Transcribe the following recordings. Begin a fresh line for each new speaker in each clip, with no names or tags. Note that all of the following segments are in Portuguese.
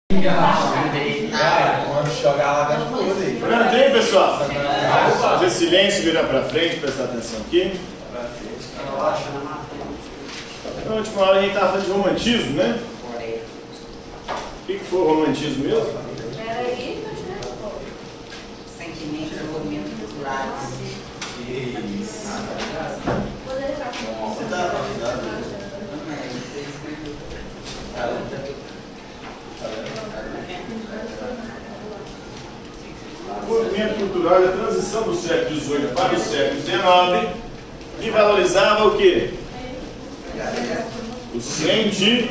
Tem, pessoal? Fazer silêncio, virar para frente, prestar atenção aqui. Na última hora a gente estava falando de romantismo, né? O que foi o romantismo mesmo?
Peraí, sentimentos e movimentos culturais. Isso.
O movimento cultural é a transição do século XVIII para o século XIX e valorizava o quê? Os sentimentos.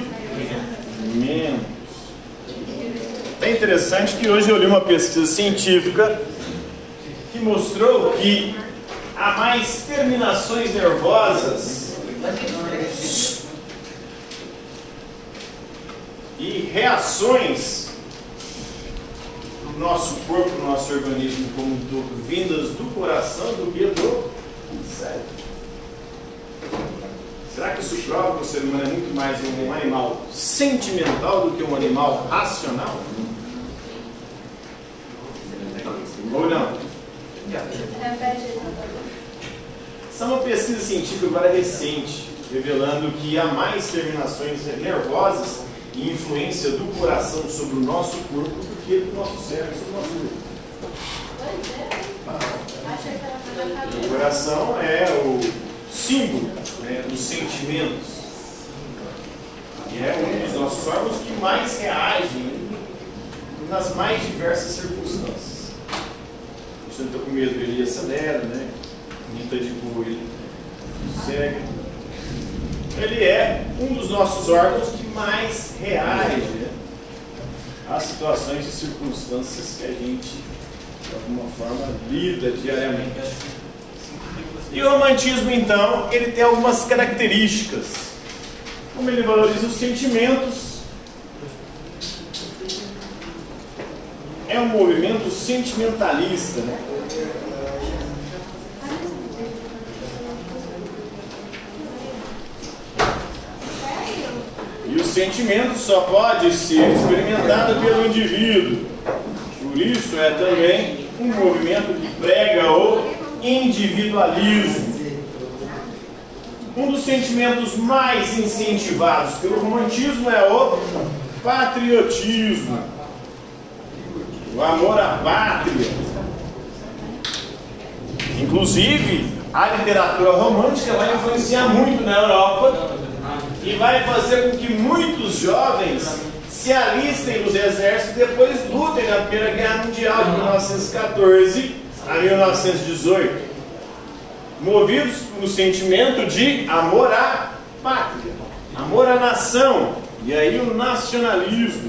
É interessante que hoje eu li uma pesquisa científica que mostrou que há mais terminações nervosas e reações do nosso corpo, do nosso organismo como um todo, vindas do coração do que do cérebro. Será que isso prova que o ser humano é muito mais um animal sentimental do que um animal racional? Ou não? Essa é uma pesquisa científica agora recente, revelando que há mais terminações nervosas e influência do coração sobre o nosso corpo do que do nosso cérebro sobre o nosso corpo. O coração é o símbolo, né, dos sentimentos. E é um dos nossos órgãos que mais reagem nas mais diversas circunstâncias. Se ele está com medo, ele acelera, né? Quem está de boa, ele segue. Ele é um dos nossos órgãos que mais reage, né, às situações e circunstâncias que a gente, de alguma forma, lida diariamente. E o romantismo, então, ele tem algumas características. Como ele valoriza os sentimentos, é um movimento sentimentalista, né? E o sentimento só pode ser experimentado pelo indivíduo. Por isso é também um movimento que prega o individualismo. Um dos sentimentos mais incentivados pelo romantismo é o patriotismo, o amor à pátria. Inclusive, a literatura romântica vai influenciar muito na Europa e vai fazer com que muitos jovens se alistem nos exércitos e depois lutem na Primeira Guerra Mundial de 1914 a 1918, movidos pelo sentimento de amor à pátria, amor à nação, e aí o nacionalismo.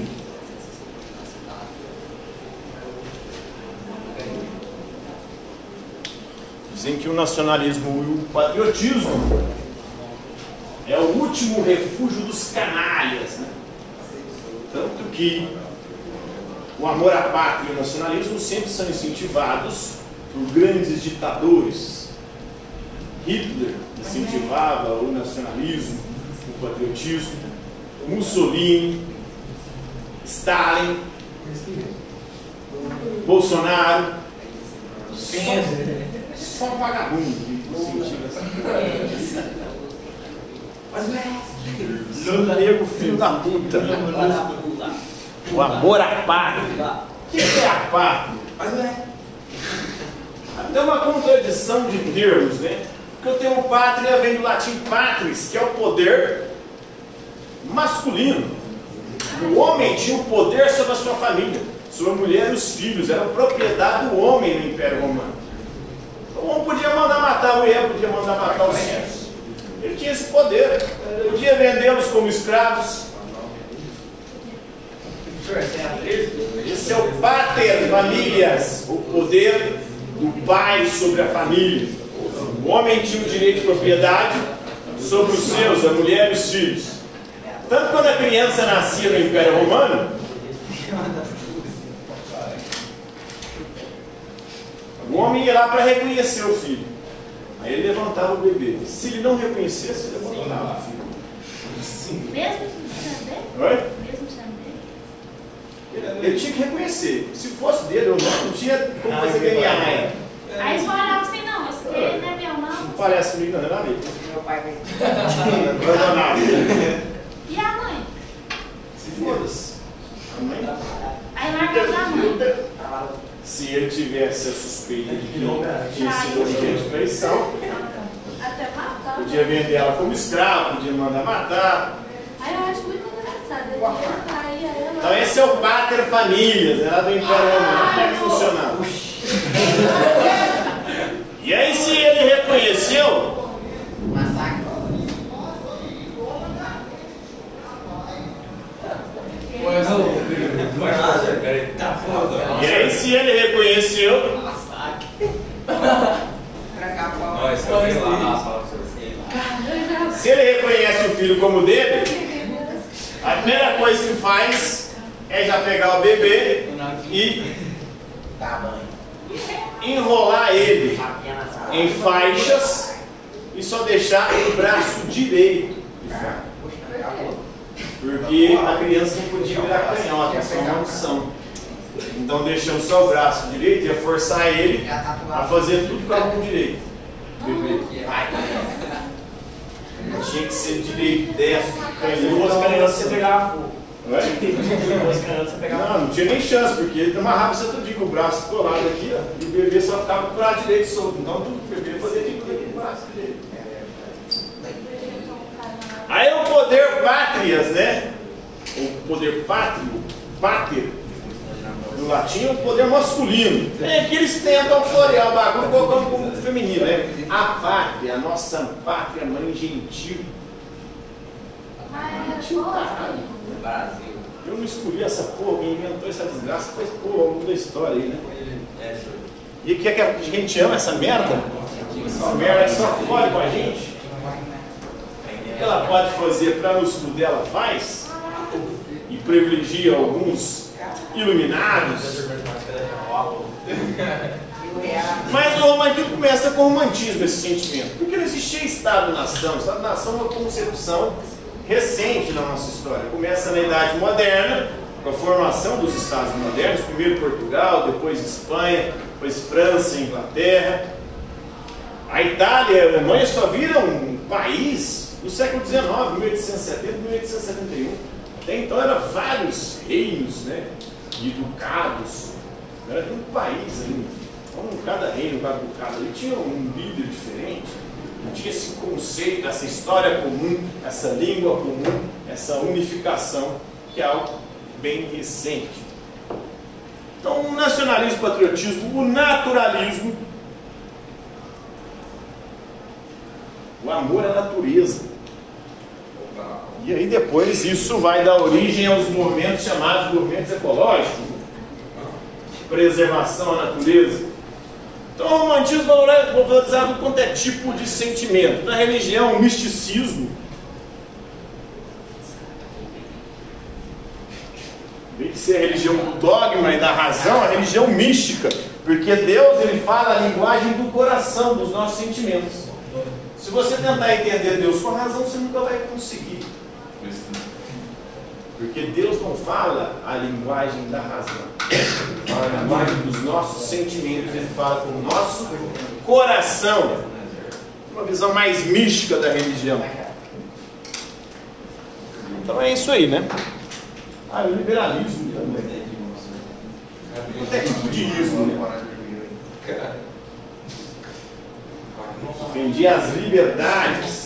Dizem que o nacionalismo e o patriotismo é o último refúgio dos canalhas, né? Tanto que o amor à pátria e o nacionalismo sempre são incentivados por grandes ditadores. Hitler incentivava o nacionalismo, o patriotismo, Mussolini, Stalin, Bolsonaro. Só um vagabundo que incentiva essa coisa. Mas não é nego, filho da puta. O amor à pátria. O que é a pátria? Mas não é. Tem uma contradição de termos, né? Porque o termo pátria vem do latim patris, que é o poder masculino. O homem tinha o poder sobre a sua família, sobre a mulher e os filhos. Era propriedade do homem no Império Romano. Então, o homem podia mandar matar a mulher, podia mandar matar os filhos. Ele tinha esse poder. Ele podia vendê-los como escravos. Esse é o pater familias, o poder do pai sobre a família. O homem tinha o direito de propriedade sobre os seus, a mulher e os filhos. Tanto quando a criança nascia no Império Romano, o homem ia lá para reconhecer o filho. Aí ele levantava o bebê. Se ele não reconhecesse, ele abandonava o filho. Sim.
Mesmo sendo dele?
Oi?
Mesmo sendo dele?
Ele tinha que reconhecer. Se fosse dele ou não tinha como fazer DNA.
Aí eles falaram assim, não, esse aqui não é meu não.
Não parece comigo, não é nada.
Meu pai vai.
E a mãe?
Se foda-se. A mãe.
Aí largaram da mãe.
Se ele tivesse a suspeita de que tinha sido objeto de traição,
Até matar.
podia vender ela como escravo, podia mandar matar.
Aí eu acho muito engraçado. Ele traía ela.
Então esse é o Pater Familias, né, lá do Império Romano. Como é que funcionava? E aí se ele reconheceu,
Massacre.
e aí se ele reconheceu, se ele reconhece o filho como dele, a primeira coisa que faz é já pegar o bebê e
Dá banho.
enrolar ele em faixas e só deixar o braço direito de fora. Porque a criança não podia virar canhota, é só uma maldição. Então deixamos só o braço direito e ia forçar ele a fazer tudo com a mão direita. Tinha que ser direito, destro,
Se fosse canhoto, você pegava fogo.
Ué?
Se fosse canhoto, você pegava fogo.
Não tinha nem chance, porque ele amarrava você todo dia com o braço colado aqui, ó, e o bebê só ficava com o braço direito solto. Então tudo que o bebê fazia de com o braço direito. Aí o poder pátrias, né? O poder pátrio, pater, no latim é o poder masculino. É que eles tentam florear o bagulho colocando como feminino, né? A pátria, a nossa pátria mãe gentil.
Brasil.
Eu não escolhi essa porra, quem inventou essa desgraça foi porra, ao longo da história aí, né? E o que é que a gente ama essa merda? Essa merda só fode com a gente. O que ela pode fazer para nos fuder, ela faz. E privilegia alguns iluminados. Mas o romantismo começa com o romantismo, esse sentimento. Porque não existia Estado-nação. Estado-nação é uma concepção recente na nossa história. Começa na Idade Moderna, com a formação dos Estados modernos. Primeiro Portugal, depois Espanha, depois França, Inglaterra. A Itália e a Alemanha só viram um país no século XIX, 1870, 1871. Até então eram vários reinos, né, e ducados. Era um país ainda. Então, cada reino, cada ducado ali tinha um líder diferente. Não tinha esse conceito, essa história comum, essa língua comum, essa unificação, que é algo bem recente. Então, o nacionalismo, o patriotismo, o naturalismo, o amor à natureza. E aí depois isso vai dar origem aos movimentos chamados movimentos ecológicos, preservação à natureza. Então o romantismo valorizava quanto é tipo de sentimento. Na religião, o misticismo, em vez de ser a religião do dogma e da razão, a religião mística, porque Deus ele fala a linguagem do coração, dos nossos sentimentos. Se você tentar entender Deus com a razão, você nunca vai conseguir. Porque Deus não fala a linguagem da razão, ele fala a linguagem dos nossos sentimentos, ele fala com o nosso coração. Uma visão mais mística da religião. Então é isso aí, né? Ah, o liberalismo também. Até tipo de ismo, né? Defendia as liberdades.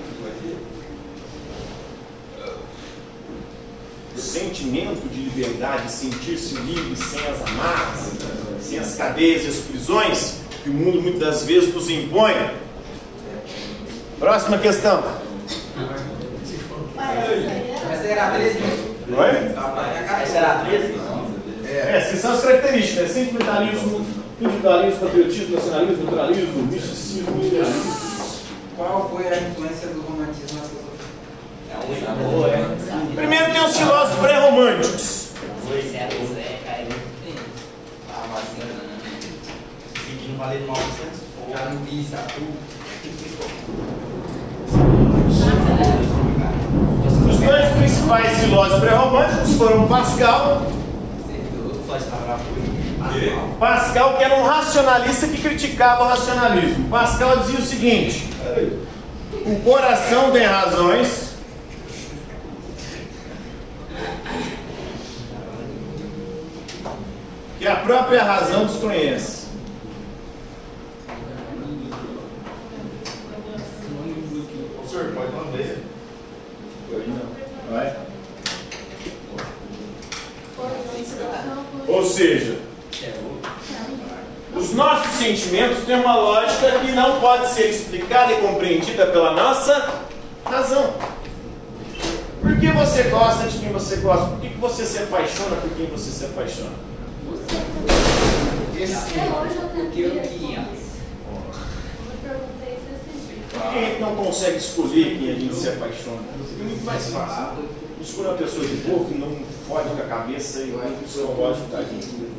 O sentimento de liberdade, sentir-se livre sem as amarras, sem as cadeias e as prisões que o mundo muitas das vezes nos impõe. Próxima questão.
Essa era a 13?
Oi?
Essa era a 13?
Essas são as características, né? Sentimentalismo, individualismo, patriotismo, nacionalismo, naturalismo, misticismo, liberalismo.
Qual foi a influência do romantismo na filosofia?
Primeiro tem os filósofos pré-românticos. Os dois principais filósofos pré-românticos foram Pascal Pascal, que era um racionalista que criticava o racionalismo. Pascal dizia o seguinte: o coração tem razões, que a própria razão desconhece.
O senhor pode mandar.
Vai. Ou seja, os nossos sentimentos têm uma lógica que não pode ser explicada e compreendida pela nossa razão. Por que você gosta de quem você gosta? Por que você se apaixona por quem você se apaixona? Por que a gente não consegue escolher quem a gente se apaixona? É muito mais fácil. Escolher uma pessoa de boa que não fode com a cabeça e vai psicológico da gente.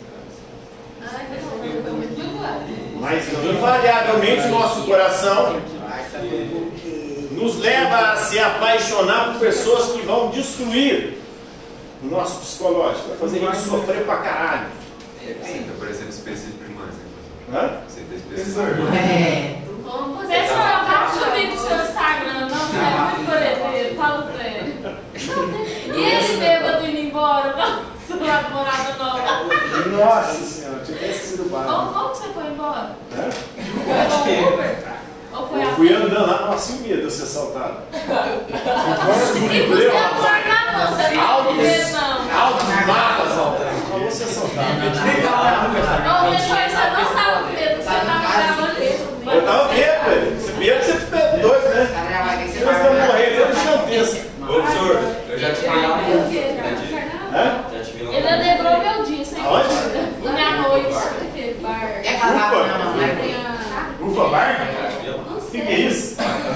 Mas invariavelmente nosso coração nos leva a se apaixonar por pessoas que vão destruir o nosso psicológico, vai fazer a gente sofrer pra caralho.
Sim, tá parecendo específico demais, né?
Hã?
Você tá específico.
Pessoal, baixa o vídeo do seu Instagram, não, sério, muito coleteiro, fala sério. E esse bêbado indo embora, nossa namorada nova.
Nossa senhora, tinha até esquecido o bar.
Como que você foi embora?
Hã?
Foi com Uber? Ou foi
Eu
a
fui andando lá, nossa, sem medo de ser assaltado.
E você agora não, você não tem medo não.
Altos malas, eu vou ser assaltado.
Ou depois você não estava com medo, você estava gravando isso.
Eu tava bêbado, velho. Você bêbado, você fica doido, né? Nós estamos morrendo, eu gigantesco.
Ô, senhor, eu já te vi lá no...
Hã?
Já te vi lá
Ele alegrou meu dia, sem
Aonde?
minha noite, aquele bar.
Ufa Bar? O que é isso?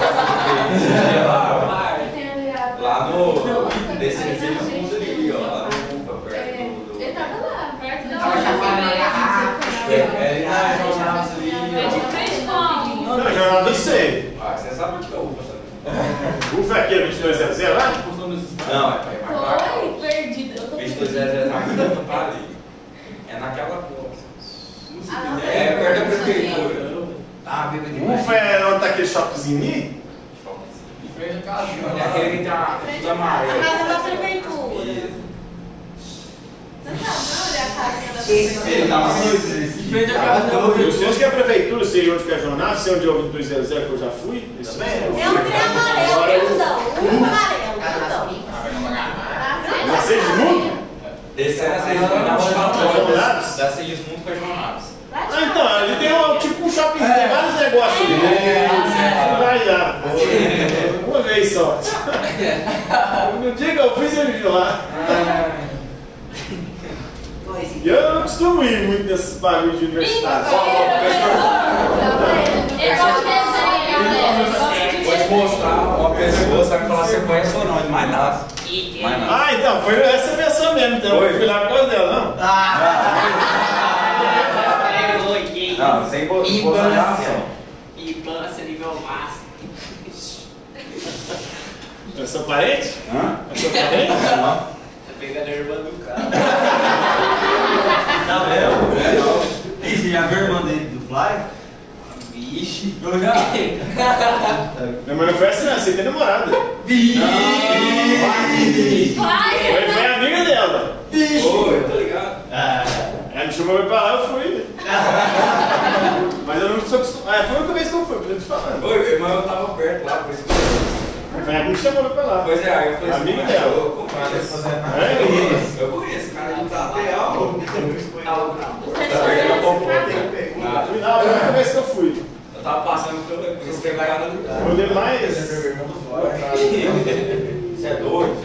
lá no... Desse fundo ali, ó. Lá no Ufa, perto do...
Ele tava lá, perto da
Tava chapando na garrafa.
É na jornada ali,
É de frente com
Não, jornal do sei.
ó. Ah, você sabe onde que é o Ufa, sabe?
Ufa é aqui, 2200 lá?
Não, é
Foi perdido. Eu tô
2200 tá ali. É naquela porra.
Ah,
É perto da prefeitura.
Ah, bêbado demais.
Ufa é onde tá aquele shoppingzinho ali?
É aquele que tem a
frente
da amarela.
à casa da prefeitura. Não sabe, não, olha a casinha da prefeitura.
Ele tá em frente à casa da
Eu sei onde que é a prefeitura, sei onde que é a jornada, sei onde é o 2200 que eu já fui. Isso mesmo.
É um trem amarelo, grandão. Um amarelo,
Casa
grandão.
Na Segismundo?
Descendo a
Jornadas?
da Segismundo para Jornadas.
Ah, então, ali tem tipo um shopping, tem vários negócios ali. Vai lá. Uma vez só. No dia que eu fiz, eu vi lá. E eu não costumo ir muito nesses barulhos de universidade.
Vou te mostrar uma pessoa, sabe falar se conhece ou não, mais nada. Mais nada.
Ah, então, foi essa pessoa mesmo, então eu fui lá por causa dela, não?
Não, sem bolsa.
Ibança nível máximo.
É seu parente?
Hã?
É seu parente?
Não.
Tá pegando a irmã do cara.
Tá vendo? É, não.
E você já viu a irmã dele do Fly?
Vixe.
Eu já.
Minha mãe não foi assim, não, você tem namorada. Foi amiga dela.
Ô, eu tô ligado.
Ela me chamou pra lá, eu fui. Mas eu não sou acostumado. Foi a única vez que eu fui, por isso eu tô falando.
Oi, mas eu tava perto lá, por isso que eu...
Foi ela que me chamou pra lá.
Pois é, aí eu falei assim,
Amiga
mas
dela.
eu conheço.
É?
Eu conheço, cara, ele tá até alto.
Tá perdendo a pouco. Fui lá, foi a única vez que eu fui.
Eu tava passando por esse pegada do cara.
Eu olhei mais.
Você é doido?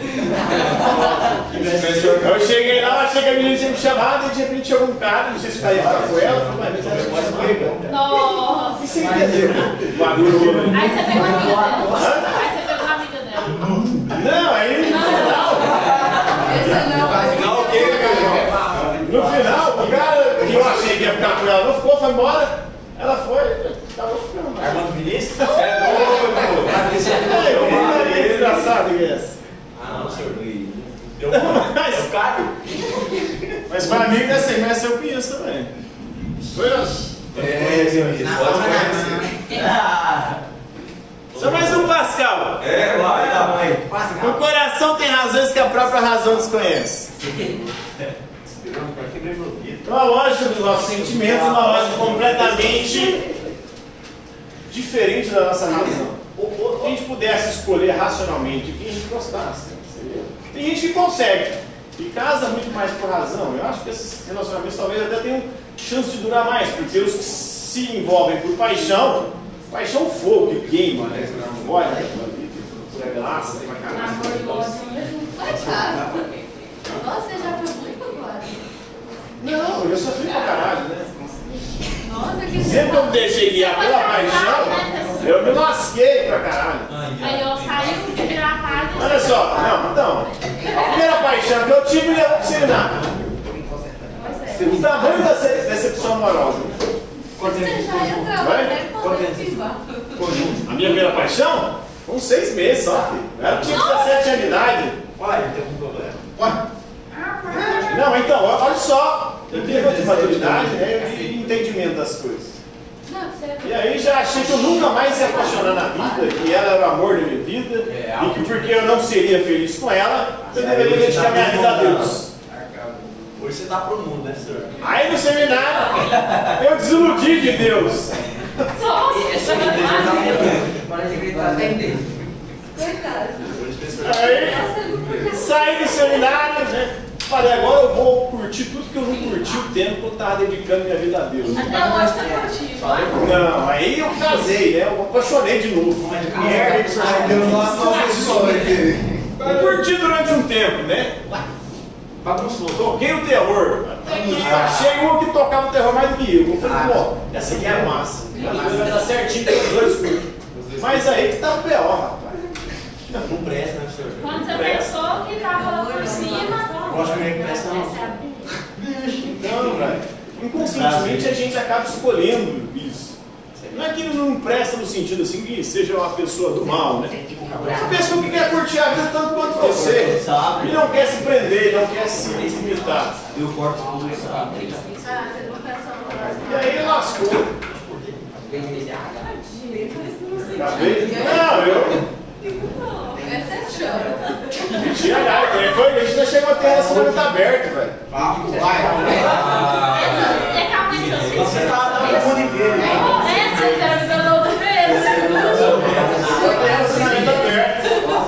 Eu cheguei lá, achei que a menina tinha me chamado e de repente chegou um cara, não sei se o cara ia ficar com ela, eu falei, mas ela pode comigo.
Nossa.
O que você entendeu? O bagulho.
Aí você pegou a amiga dela. Aí você pegou a amiga dela.
Não, aí no final.
Não, o que,
No final, o cara que eu achei que ia ficar com ela não ficou, foi embora. Ela foi, tava ficando.
Armando Vinícius? Você é doido,
É engraçado que é essa.
Ah, não, senhor.
Mas Mas para mim, dessa imensa eu conheço também. Foi, não? Só mais um Pascal. O coração tem razões que a própria razão desconhece. Então a lógica dos nossos sentimentos é uma lógica completamente diferente da nossa razão. Se a gente pudesse escolher racionalmente o que a gente gostasse. Tem gente que consegue e casa muito mais por razão. Eu acho que esses relacionamentos talvez até tenham chance de durar mais, porque os que se envolvem por paixão fogo, que queima, né? Olha, graça, tem uma caralho.
Você já foi muito agora.
Não, eu sofri pra caralho, né?
Nossa, que
Sempre que eu me deixei guiar pela paixão, eu me lasquei pra caralho.
Aí eu saí de gravado.
Olha só, não, então, a primeira paixão que eu tive me levou pro seminário. O tamanho da decepção amorosa.
Você já entrou, né?
A minha primeira paixão? Com 6 meses só, filho. Eu tinha 17 anos de idade.
Uai, tem algum problema?
Ué? Não, então, olha só. Eu tive de maturidade, né? E entendimento das coisas. E aí já achei que eu nunca mais ia apaixonar na vida, que ela era o amor da minha vida, e que porque eu não seria feliz com ela, eu deveria dedicar minha vida a Deus.
Hoje você tá pro mundo, né, senhor?
Aí no seminário, eu desiludi de Deus. Aí, saí do seminário, né? Falei, agora eu vou curtir tudo que eu não curti o tempo que eu estava dedicando minha vida a Deus.
Até hoje você curtiu,
Não, aí eu casei, né? Eu apaixonei de novo. Eu curti durante um tempo, né? Bagunçou. Toquei o terror. Até que eu achei um que tocava o terror mais do que eu. Eu falei, pô, essa aqui é massa. Ela certinho com os dois curtos. Mas aí que tá o pior, rapaz.
Não presta, né, senhor?
quando você pensou que tava por cima.
Gosto de que presta, não.
Não, velho. Inconscientemente a gente acaba escolhendo isso. Não é que ele não presta no sentido assim que seja uma pessoa do mal, né? É uma pessoa que quer curtir a vida tanto quanto você. Ele não quer se prender, ele não quer se limitar.
E o corpo tudo sabe.
E aí lascou. Não, eu. Mentira, cara. A gente já chegou a ter relacionamento aberto, velho.
Você tá no mundo inteiro.
Relacionamento aberto.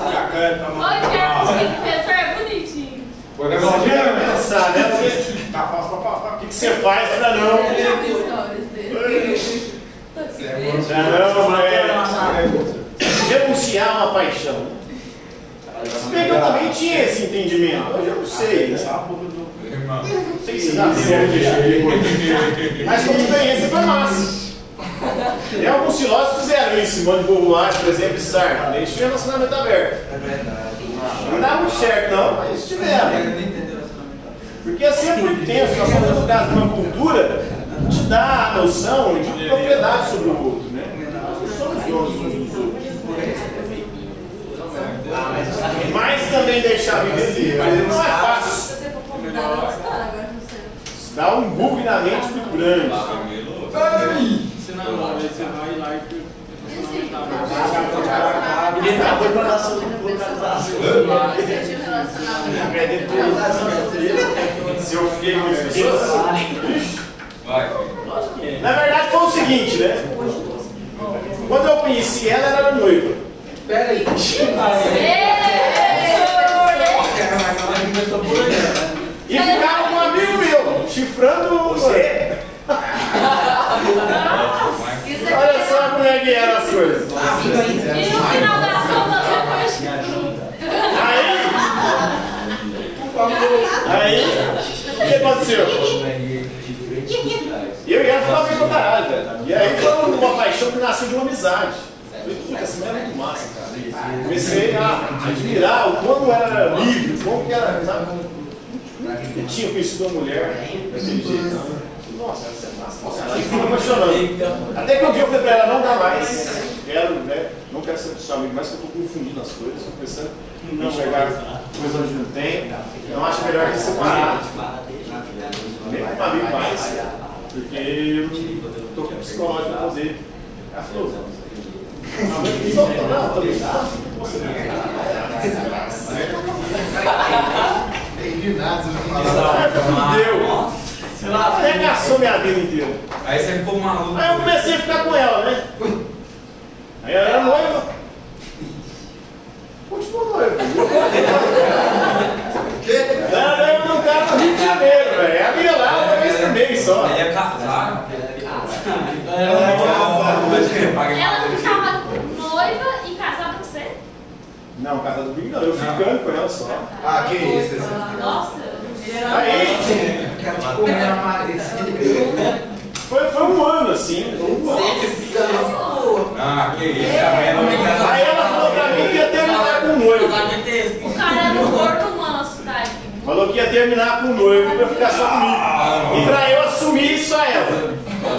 Pensar, né? O que você faz pra não? Denunciar uma paixão. Se bem que eu também tinha esse entendimento. Hoje eu não sei, né? Não sei se dá certo. Mas como experiência foi massa. E alguns filósofos fizeram isso, Simone de Beauvoir, por exemplo, e Sartre. Eles tinham relacionamento aberto. Não dá muito certo, não, mas tiveram. Porque é sempre muito tenso. Nós somos educados numa cultura que te dá a noção de propriedade sobre o outro, né? Nós somos donos uns dos outros. Mas também deixar viver, mas não é fácil. Dá um bug na mente muito grande.
Você namora, aí você vai lá e
Ele tá foi pra nação de localização.
Se eu fiquei com as pessoas. Na verdade foi o seguinte, né? Quando eu conheci ela, ela era noiva.
Peraí.
E ficaram com um amigo meu, chifrando você. Olha só como é que eram as coisas.
E no final das contas você
Aí, o que aconteceu? Eu e ela falava bem pra caralho, velho. E aí foi uma paixão que nasceu de uma amizade. Eu falei, puta, essa mulher é muito massa, cara. Comecei a admirar o quanto ela era livre, o quanto que ela, sabe? Eu tinha conhecido uma mulher daquele jeito. Nossa, essa é massa. Nossa, ela ficou apaixonando. Até que um dia eu falei pra ela, não dá mais. Quero, né? Não quero ser seu amigo mais, que eu tô confundindo as coisas. Estou pensando em enxergar coisas onde não tem. Não acho melhor que separar. Porque eu tô com psicólogo pra poder. Ela falou, não, tô
Entendi nada, você não
deu. Até gastou minha vida inteira.
Aí você ficou maluco.
Aí eu comecei a ficar com ela, né? Aí ela era noiva. Continua noiva. Ela noiva de um cara no Rio de Janeiro, velho. É a minha lá, uma vez por mês só.
Ele é casado.
Ela não estava noiva e casada com você?
Não, casada comigo não. Eu ficando com ela só.
Ah, que isso?
Nossa.
Aí, foi um ano assim.
Ah, que isso.
Aí ela falou pra mim que ia terminar com o noivo.
O cara era um gordo manso, tá?
Falou que ia terminar com o noivo pra ficar só comigo. E pra eu assumir só ela.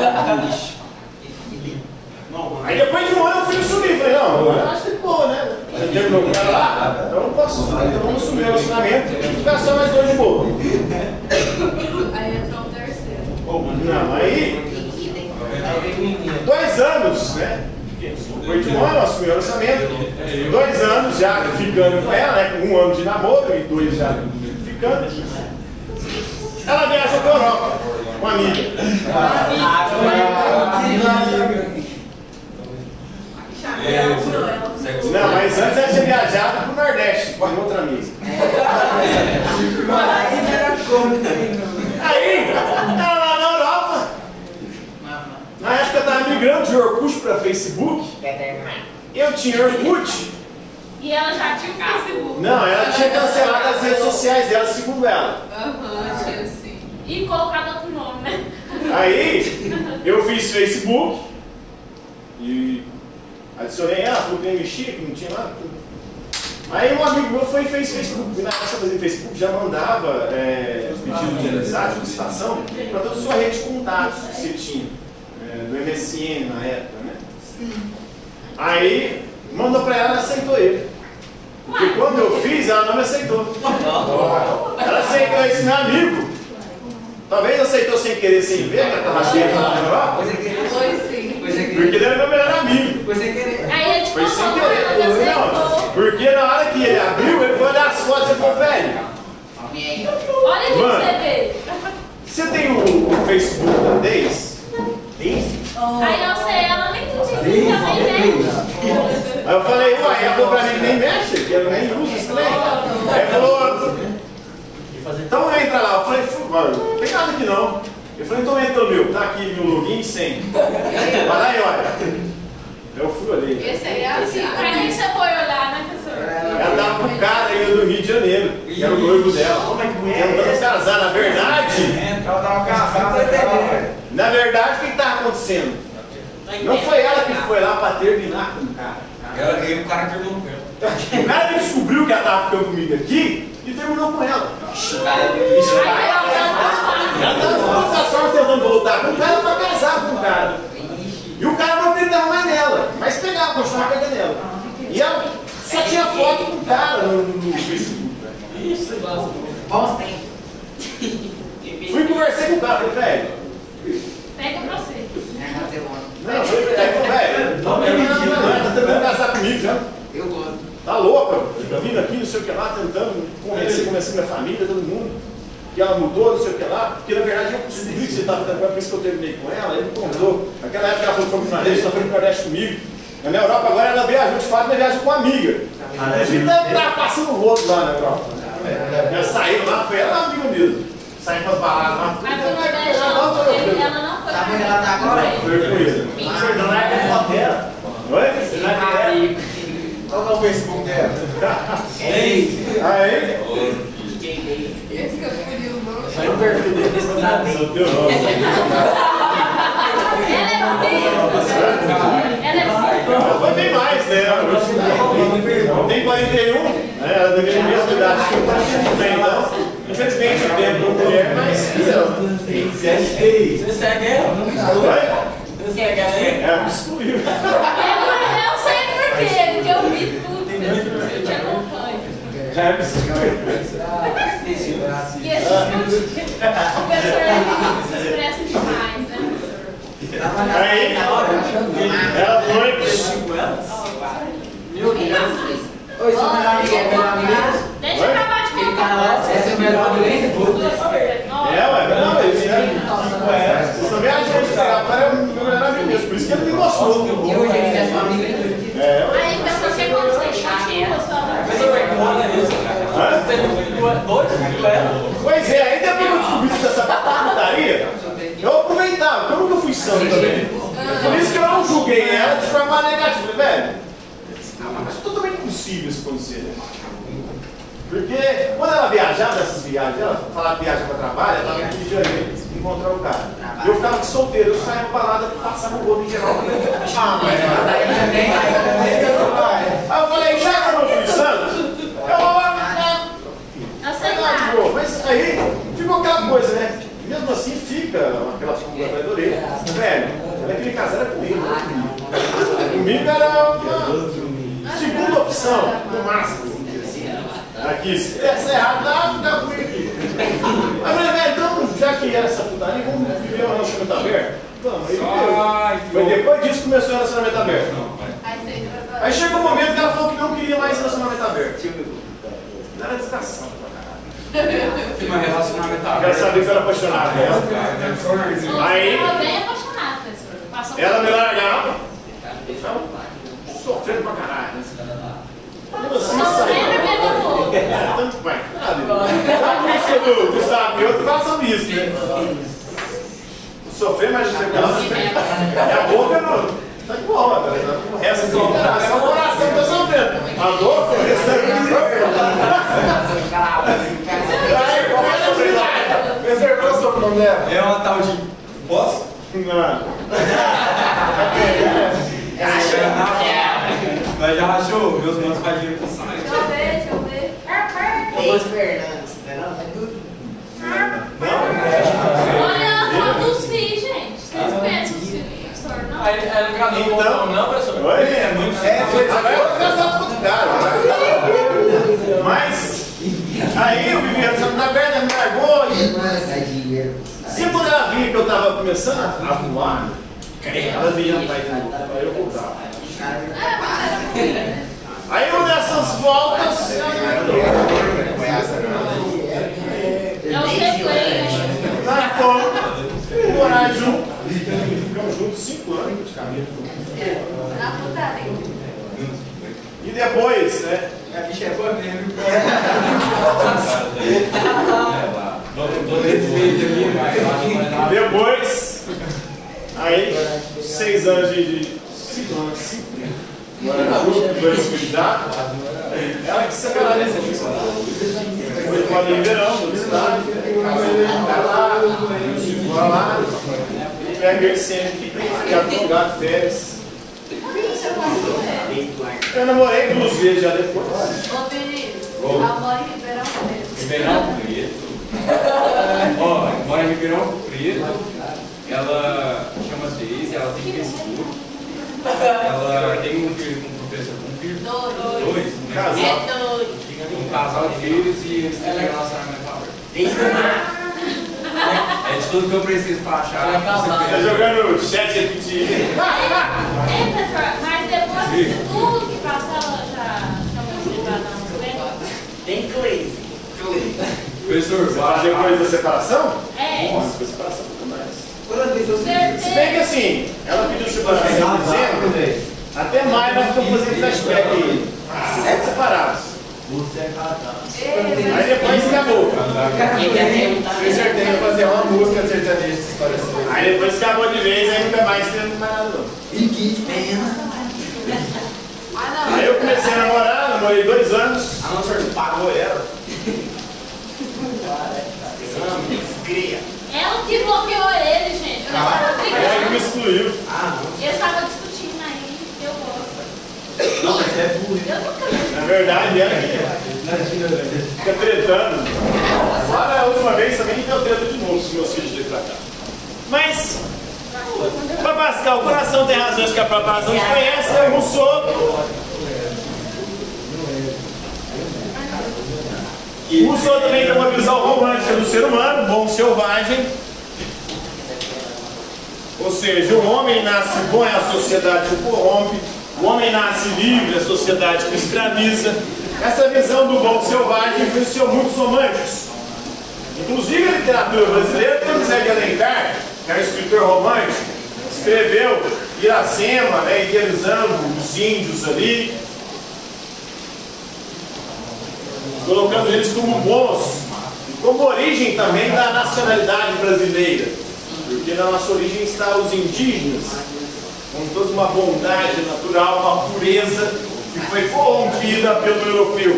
Aí depois de um ano eu fui assumir. Falei, não, eu acho que boa, né? Você terminou com ela lá? Então eu não posso assumir. Então vamos assumir o relacionamento e ficar só mais dois de boa.
Aí entrou um terceiro.
Não, aí 2 anos, né? Depois de um ano eu assumi o relacionamento. 2 anos já ficando com ela, né? Com 1 ano de namoro e 2 já ficando. Ela viajou pra Europa com uma amiga. Não, mas antes ela tinha viajado pro Nordeste com outra amiga. Aí, ela lá na Europa. Na época eu tava migrando de Orkut para Facebook. Eu tinha Orkut.
E ela já tinha o Facebook.
Não, ela tinha cancelado as redes sociais dela, segundo ela.
Tinha sim. E colocado outro nome, né?
Aí, eu fiz Facebook. E adicionei ela, falou que nem mexia, que não tinha nada. Aí um amigo meu foi e fez Facebook. Na época fazer Facebook já mandava os pedidos de amizade, solicitação, para toda a sua rede de contatos que você tinha. Do MSN na época, né? Sim. Aí mandou pra ela e aceitou ele. Porque quando eu fiz, ela não me aceitou. Ela aceitou esse meu amigo. Talvez aceitou sem querer, sem ver, que ela estava cheia lá na Europa.
Foi sim.
Porque ele era meu melhor amigo.
Aí ele te
Foi sem
contou,
querer.
ela aceitou.
Porque na hora que ele abriu, ele foi olhar as fotos e falou, velho.
Olha aqui pra você ver.
Você tem o Facebook da Deis?
Aí eu sei, ela nem também mexe.
Aí eu falei, uai, ela falou pra mim que nem mexe, que eu nem uso esse trem. Aí ele falou, então entra lá. Eu falei, não tem nada aqui não. Eu falei, então entra o meu, tá aqui meu login e senha. Vai lá e olha. Eu fui olhei.
Esse aí é assim. Aí você foi olhar, né, professor?
Ela tava com o cara ainda do Rio de Janeiro, que era o noivo dela. Tentando casar, na verdade.
Ela tava casada,
Na verdade, o que estava acontecendo? Não foi ela que foi lá para terminar com o cara.
O cara terminou com ela.
O cara que descobriu que ela estava ficando comigo aqui e terminou com ela. Ela estava todas as formas tentando voltar com o cara para casar com o cara. E o cara não acreditava mais nela, mas pegava, continuava pegando nela. E ela só tinha foto com o cara no Facebook. Isso, bons tempos. Fui conversar com o cara, falei, velho.
Pega pra você.
Não, eu falei, velho, tá tentando casar comigo já.
Eu gosto.
Tá louca, tá vindo aqui, não sei o que lá, tentando convencer minha família, todo mundo, que ela mudou, não sei o que lá, porque na verdade eu descobri que você estava ficando com ela, por isso que eu terminei com ela, ele me contou. Naquela época ela foi pro Nordeste, ela foi pro Nordeste comigo. Na Europa agora ela viajou de fato, mas viaja com uma amiga. Inclusive tá passando o rodo lá na Europa. Elas saíram lá, foi ela amiga mesmo. Saíram para as baladas lá.
Mas pro Nordeste ela não foi.
Tá vendo ela tá agora?
Foi com ele.
Você não é com foto dela?
Oi?
Você não é com ela? Qual é o Facebook dela?
Aí?
Esse que eu escolhi o nome.
Sai no perfil dele, esse não
Só teu nome.
Ela é bonita. Ela é bonita.
Foi bem mais, né? Tem 41, né? Ela é daquele mesmo idade que eu não tem, então. Infelizmente eu tenho uma mulher, mas.
Você segue ela?
Vai?
Você segue ela aí?
É, me excluiu.
Eu sei por quê, porque eu vi tudo. Eu te acompanho.
Já me excluiu.
E esse o professor ele se expressa demais.
Aí, ela foi.
Meu Deus. Oi, seu melhor amigo é melhor amigo?
Deixa eu acabar de contar.
Esse é o melhor amigo ainda?
Ué, não, vocês estão viajando, agora é o meu melhor amigo mesmo, por isso que ele me gostou.
E hoje ele é seu amigo ainda?
Aí, pessoal, você consegue chatear sua
Pois é, aí depois que eu descobri dessa putaria, eu aproveitava, porque eu nunca fui santo também. Por isso que eu não julguei ela de forma negativa, velho. Mas é totalmente impossível isso acontecer, né? Porque quando ela viajava nessas viagens, ela falava que viaja para trabalho, ela estava em Rio de Janeiro, encontrar o cara. Eu ficava aqui solteiro, eu saía pra balada, passava o rolo em geral. Aí eu falei, já que eu não fui santo, eu vou mas aí ficou aquela coisa, né? E mesmo assim fica aquela pulga atrás da orelha. Velho, aquele casal era comigo. Comigo era uma segunda opção, no máximo. Aqui, se desse errado, dá pra ficar comigo aqui. Aí eu falei, velho, então, já que era essa putaria, vamos viver um relacionamento aberto? Vamos, aí foi depois disso que começou o relacionamento aberto. Aí chegou um momento que ela falou que não queria mais relacionamento aberto. Não era desgraçado.
Uma relacionamento aberto.
Quero saber se era apaixonada. Aí,
ela bem apaixonada, pessoal.
ela me largava. Sofrendo pra caralho.
Sofrendo pelo amor.
Tanto vai. A música do Gustavo e outro fala sobre isso, né? Sofrer, mas a boca não. Tá de boa, tá? O resto do coração, o coração tá sofrendo. A boca, o resto tá sofrendo. Reservou o sobrenome dela?
É uma tal de. Posso?
Não.
Mas já achou? Meus manos fazem dinheiro com site.
Deixa eu ver.
Luiz Fernandes,
Olha a foto dos filhos, gente. Vocês pensam os filhos? Não.
Aí ela não casou com não, professor?
Oi? É muito agora eu vou casar com o cara. Mas, aí eu vivi na perna, me largou e. Sempre quando ela via que eu tava começando a voar, ela vinha atrás de mim. Aí eu voltava. Aí uma dessas voltas.
É o replay, né?
Nós fomos morar juntos. Ficamos juntos 5 anos praticamente.
Na putaria.
E depois, né?
A bicha é boa mesmo.
Depois, aí, 6 anos de 5 anos, 5 anos, 2 filhos já. Ela que se separou dessa pessoa. Foi para o verão, no estado. Vai lá, vai lá. Pega ele sempre, que advogado, férias. Eu namorei 2 vezes já depois.
Ô, Vinícius, ela mora em Ribeirão Preto.
Ribeirão Preto. Ó, mora em Ribeirão Preto. Ela chama Deise, ela tem Facebook. Ela tem um filho com o professor, um filho. 2.
Casal.
É doido.
Um casal de filhos e eles têm um relacionamento aberto. É de tudo que eu preciso pra achar.
Tá jogando chat GPT.
Professor, mas depois de tudo que passou, ela já chamou você pra dar um evento?
Tem Cleise.
Professor,
Depois da separação?
É.
Nossa, depois da separação nunca mais.
Quantas vezes eu
Se bem que assim, ela pediu separação em dezembro, até maio nós ficamos fazendo flashback aí. 7 separados. Aí depois acabou.
Tenho certeza de fazer uma música sertaneja dessa história assim.
Aí depois acabou de vez, aí nunca mais teve mais nada não.
E que pena.
Aí eu comecei a namorar, namorei 2 anos.
A não ser que pagou ela.
Ela que bloqueou ele, gente. Ela estava
Aí ele
brigando.
me excluiu.
Eles estavam discutindo aí. Eu gosto.
Não, mas é burro.
Eu nunca vi.
Na verdade, ela que fica tretando. Agora, a última vez também deu treta de novo, se meus filhos veio pra cá. Mas, para Pascal, o coração tem razões que a própria razão desconhece, né? O Rousseau. O Rousseau também tem uma visão romântica do ser humano, bom selvagem. Ou seja, o homem nasce bom, a sociedade o corrompe, o homem nasce livre, a sociedade o escraviza. Essa visão do bom selvagem influenciou muitos românticos. Inclusive a literatura brasileira tem o José de Alencar, que é um escritor romântico, escreveu Iracema, né, idealizando os índios ali, colocando eles como bons, como origem também da nacionalidade brasileira, porque na nossa origem está os indígenas, com toda uma bondade natural, uma pureza que foi corrompida pelo europeu.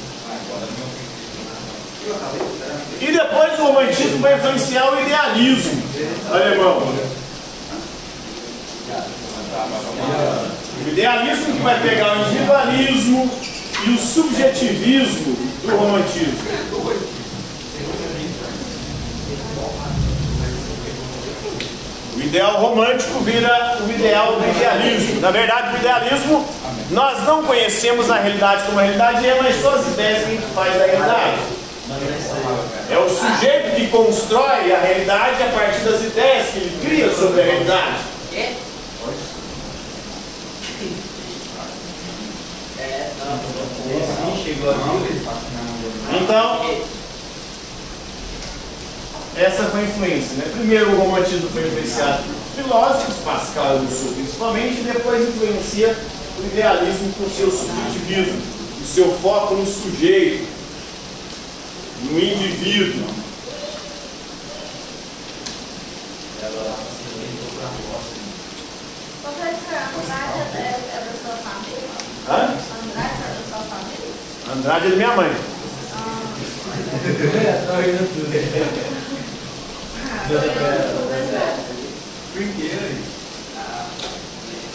E depois o romantismo vai influenciar o idealismo alemão. O idealismo que vai pegar o individualismo e o subjetivismo do romantismo. O ideal romântico vira o ideal do idealismo. Na verdade, o idealismo, nós não conhecemos a realidade como a realidade é, mas só as ideias que a gente faz da realidade. É o sujeito que constrói a realidade a partir das ideias que ele cria sobre a realidade. Então, essa foi a influência, né? Primeiro o romantismo foi influenciado por filósofos, Pascal e Rousseau principalmente, e depois influencia o idealismo com o seu subjetivismo, o seu foco no sujeito, no indivíduo.
Andrade é da sua família?
Hã?
Andrade é da sua família?
Andrade é da minha mãe.
Ah,